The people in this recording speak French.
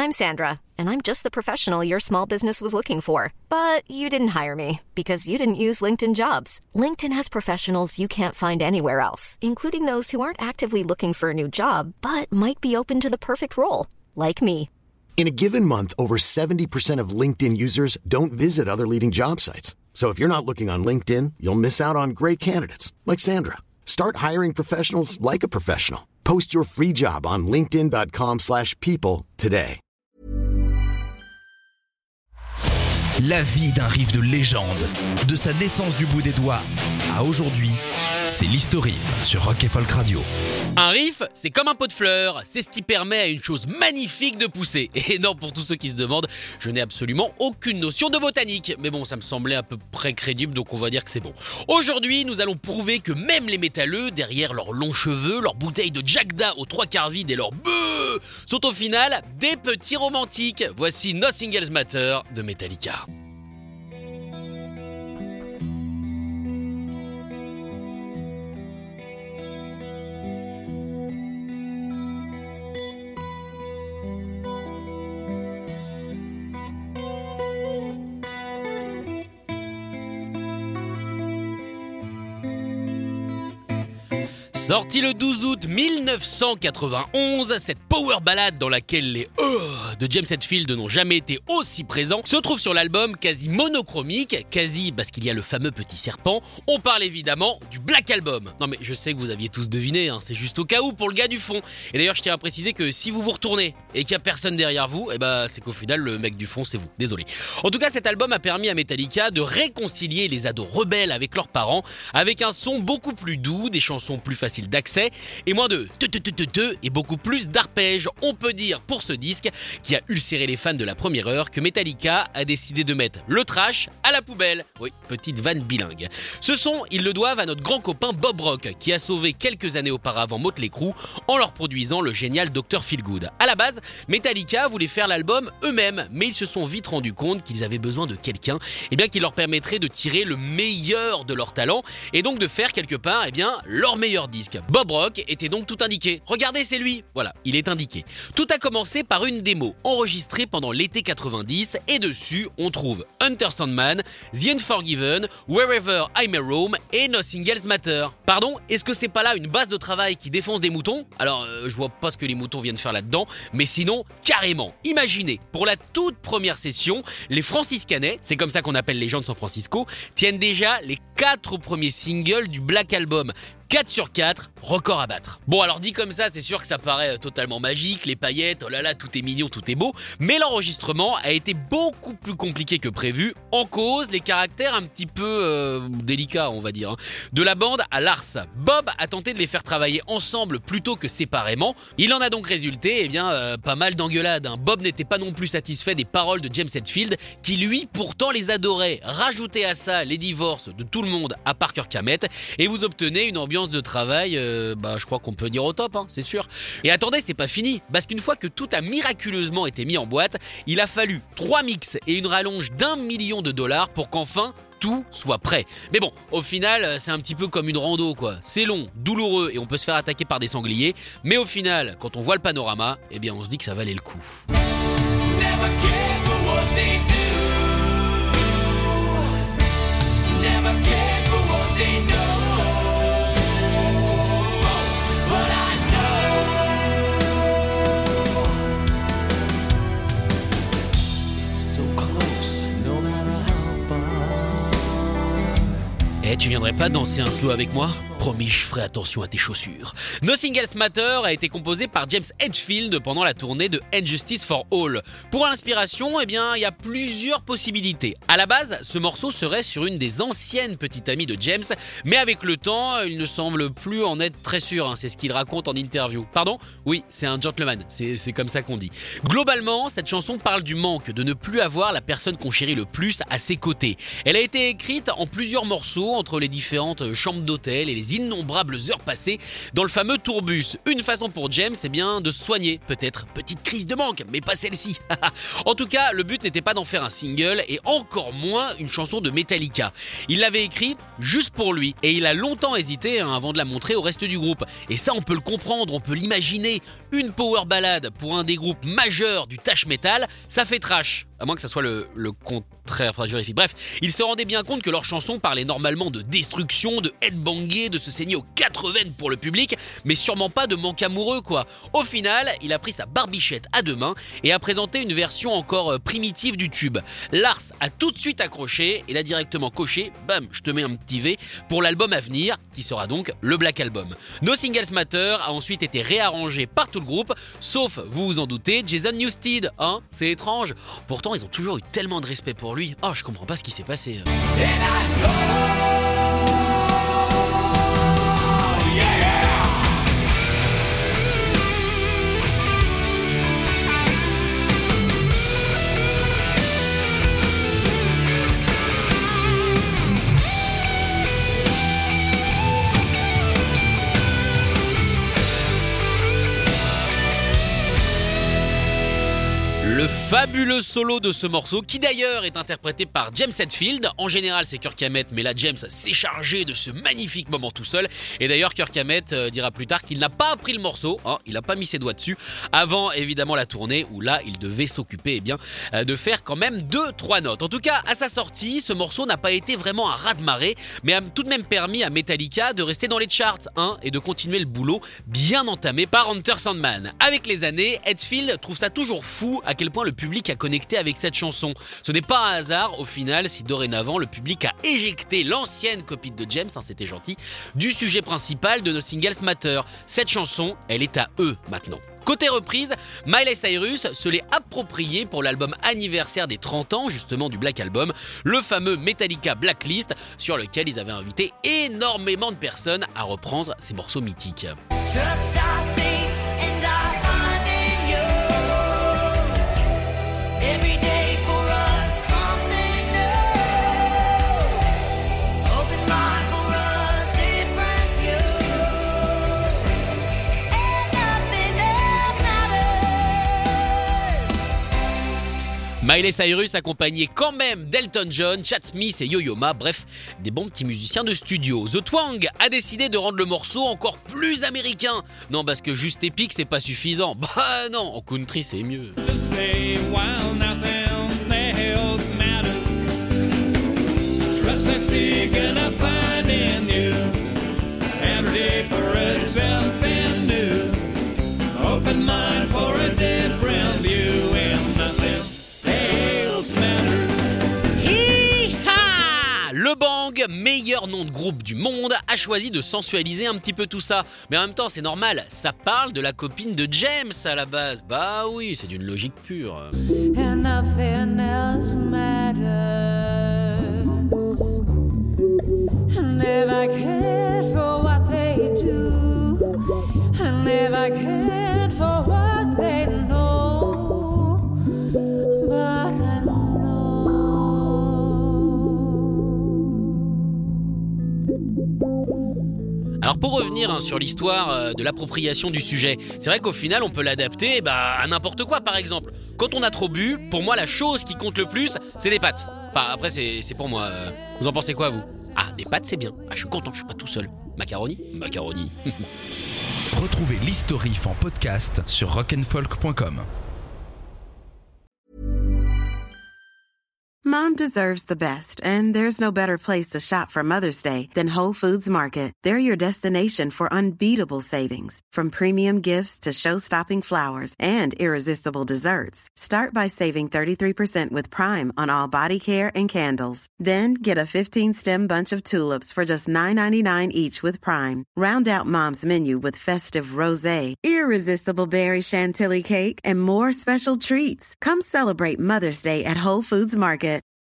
I'm Sandra, and I'm just the professional your small business was looking for. But you didn't hire me because you didn't use LinkedIn Jobs. LinkedIn has professionals you can't find anywhere else, including those who aren't actively looking for a new job, but might be open to the perfect role, like me. In a given month, over 70% of LinkedIn users don't visit other leading job sites. So if you're not looking on LinkedIn, you'll miss out on great candidates like Sandra. Start hiring professionals like a professional. Post your free job on linkedin.com/people today. La vie d'un riff de légende, de sa naissance du bout des doigts à aujourd'hui, c'est l'Histo-Riff sur Rock & Folk Radio. Un riff, c'est comme un pot de fleurs, c'est ce qui permet à une chose magnifique de pousser. Et non, pour tous ceux qui se demandent, je n'ai absolument aucune notion de botanique. Mais bon, ça me semblait à peu près crédible, donc on va dire que c'est bon. Aujourd'hui, nous allons prouver que même les métalleux, derrière leurs longs cheveux, leurs bouteilles de Jackda aux 3/4 vides et leurs beuh, sont au final des petits romantiques. Voici Nothing Else Matters de Metallica. Sorti le 12 août 1991, cette power ballade dans laquelle les de James Hetfield n'ont jamais été aussi présents se trouve sur l'album quasi monochromique, quasi parce qu'il y a le fameux petit serpent. On parle évidemment du Black Album. Non mais je sais que vous aviez tous deviné, c'est juste au cas où pour le gars du fond. Et d'ailleurs je tiens à préciser que si vous vous retournez et qu'il n'y a personne derrière vous, c'est qu'au final le mec du fond c'est vous, désolé. En tout cas cet album a permis à Metallica de réconcilier les ados rebelles avec leurs parents, avec un son beaucoup plus doux, des chansons plus faciles d'accès et moins de et beaucoup plus d'arpèges. On peut dire pour ce disque qui a ulcéré les fans de la première heure que Metallica a décidé de mettre le trash à la poubelle. Oui, petite vanne bilingue. Ce son, ils le doivent à notre grand copain Bob Rock qui a sauvé quelques années auparavant Motley Crue en leur produisant le génial Dr. Feelgood. À la base, Metallica voulait faire l'album eux-mêmes, mais ils se sont vite rendus compte qu'ils avaient besoin de quelqu'un qui leur permettrait de tirer le meilleur de leur talent et donc de faire quelque part leur meilleur disque. Bob Rock était donc tout indiqué. Regardez, c'est lui. Voilà, il est indiqué. Tout a commencé par une démo enregistrée pendant l'été 90 et dessus, on trouve Enter Sandman, The Unforgiven, Wherever I May Roam et Nothing Else Matters. Pardon, est-ce que c'est pas là une base de travail qui défonce des moutons ? Alors, je vois pas ce que les moutons viennent faire là-dedans, mais sinon, carrément. Imaginez, pour la toute première session, les franciscanais, c'est comme ça qu'on appelle les gens de San Francisco, tiennent déjà les 4 premiers singles du Black Album. 4 sur 4, record à battre. Bon alors dit comme ça, c'est sûr que ça paraît totalement magique, les paillettes, oh là là, tout est mignon, tout est beau, mais l'enregistrement a été beaucoup plus compliqué que prévu, en cause les caractères un petit peu délicats on va dire, de la bande à Lars. Bob a tenté de les faire travailler ensemble plutôt que séparément, il en a donc résulté pas mal d'engueulades. Bob n'était pas non plus satisfait des paroles de James Hetfield, qui lui pourtant les adorait. Rajoutez à ça les divorces de tout le monde à part Kirk Hammett, et vous obtenez une ambiance de travail, je crois qu'on peut dire au top, c'est sûr. Et attendez, c'est pas fini, parce qu'une fois que tout a miraculeusement été mis en boîte, il a fallu 3 mix et une rallonge d'$1 million pour qu'enfin tout soit prêt. Mais bon, au final, c'est un petit peu comme une rando quoi. C'est long, douloureux et on peut se faire attaquer par des sangliers, mais au final, quand on voit le panorama, on se dit que ça valait le coup. Never care for what they do. Never care for what they know. Tu viendrais pas danser un slow avec moi ? Promis, je ferai attention à tes chaussures. Nothing Else Matters a été composé par James Hetfield pendant la tournée de And Justice for All. Pour l'inspiration, il y a plusieurs possibilités. À la base, ce morceau serait sur une des anciennes petites amies de James, mais avec le temps, il ne semble plus en être très sûr, c'est ce qu'il raconte en interview. Pardon ? Oui, c'est un gentleman, c'est comme ça qu'on dit. Globalement, cette chanson parle du manque de ne plus avoir la personne qu'on chérit le plus à ses côtés. Elle a été écrite en plusieurs morceaux entre les différentes chambres d'hôtel et les les innombrables heures passées dans le fameux tourbus. Une façon pour James, de se soigner, peut-être. Petite crise de manque, mais pas celle-ci. En tout cas, le but n'était pas d'en faire un single et encore moins une chanson de Metallica. Il l'avait écrit juste pour lui et il a longtemps hésité avant de la montrer au reste du groupe. Et ça, on peut le comprendre, on peut l'imaginer. Une power ballade pour un des groupes majeurs du thrash metal, ça fait trash. À moins que ça soit le contraire, enfin je vérifie. Bref, ils se rendaient bien compte que leur chanson parlait normalement de destruction, de headbanger, de se saigner aux 4 veines pour le public, mais sûrement pas de manque amoureux quoi. Au final, il a pris sa barbichette à deux mains et a présenté une version encore primitive du tube. Lars a tout de suite accroché et l'a directement coché, bam, je te mets un petit V, pour l'album à venir, qui sera donc le Black Album. No Singles Matter a ensuite été réarrangé par tout le groupe, sauf, vous vous en doutez, Jason Newsted, hein, c'est étrange. Pourtant, ils ont toujours eu tellement de respect pour lui. Oh, je comprends pas ce qui s'est passé. Le fabuleux solo de ce morceau, qui d'ailleurs est interprété par James Hetfield. En général, c'est Kirk Hammett, mais là, James s'est chargé de ce magnifique moment tout seul. Et d'ailleurs, Kirk Hammett dira plus tard qu'il n'a pas appris le morceau, hein, il n'a pas mis ses doigts dessus, avant évidemment la tournée, où là, il devait s'occuper de faire quand même 2-3 notes. En tout cas, à sa sortie, ce morceau n'a pas été vraiment un raz-de-marée, mais a tout de même permis à Metallica de rester dans les charts, hein, et de continuer le boulot bien entamé par Enter Sandman. Avec les années, Hetfield trouve ça toujours fou à quel point le public a connecté avec cette chanson. Ce n'est pas un hasard au final si dorénavant le public a éjecté l'ancienne copine de James, hein, c'était gentil, du sujet principal de No Singles Matter. Cette chanson, elle est à eux maintenant. Côté reprise, Miley Cyrus se l'est approprié pour l'album anniversaire des 30 ans justement du Black Album, le fameux Metallica Blacklist, sur lequel ils avaient invité énormément de personnes à reprendre ces morceaux mythiques. Miley Cyrus accompagné quand même d'Elton John, Chad Smith et Yo-Yo Ma, bref, des bons petits musiciens de studio. The Twang a décidé de rendre le morceau encore plus américain. Non, parce que juste épique, c'est pas suffisant. Bah non, en country, c'est mieux. Le Bang, meilleur nom de groupe du monde, a choisi de sensualiser un petit peu tout ça. Mais en même temps, c'est normal, ça parle de la copine de James à la base. Bah oui, c'est d'une logique pure. And nothing else matters. I never cared for what they do. I never cared for what they know. But I know. Alors pour revenir sur l'histoire de l'appropriation du sujet, c'est vrai qu'au final on peut l'adapter à n'importe quoi par exemple. Quand on a trop bu, pour moi la chose qui compte le plus, c'est des pâtes. Enfin après c'est pour moi. Vous en pensez quoi vous ? Ah des pâtes c'est bien. Ah je suis content, je suis pas tout seul. Macaroni ? Macaroni. Retrouvez l'Historif en podcast sur rockandfolk.com. Mom deserves the best, and there's no better place to shop for Mother's Day than Whole Foods Market. They're your destination for unbeatable savings, from premium gifts to show-stopping flowers and irresistible desserts. Start by saving 33% with Prime on all body care and candles. Then get a 15-stem bunch of tulips for just $9.99 each with Prime. Round out Mom's menu with festive rosé, irresistible berry chantilly cake, and more special treats. Come celebrate Mother's Day at Whole Foods Market.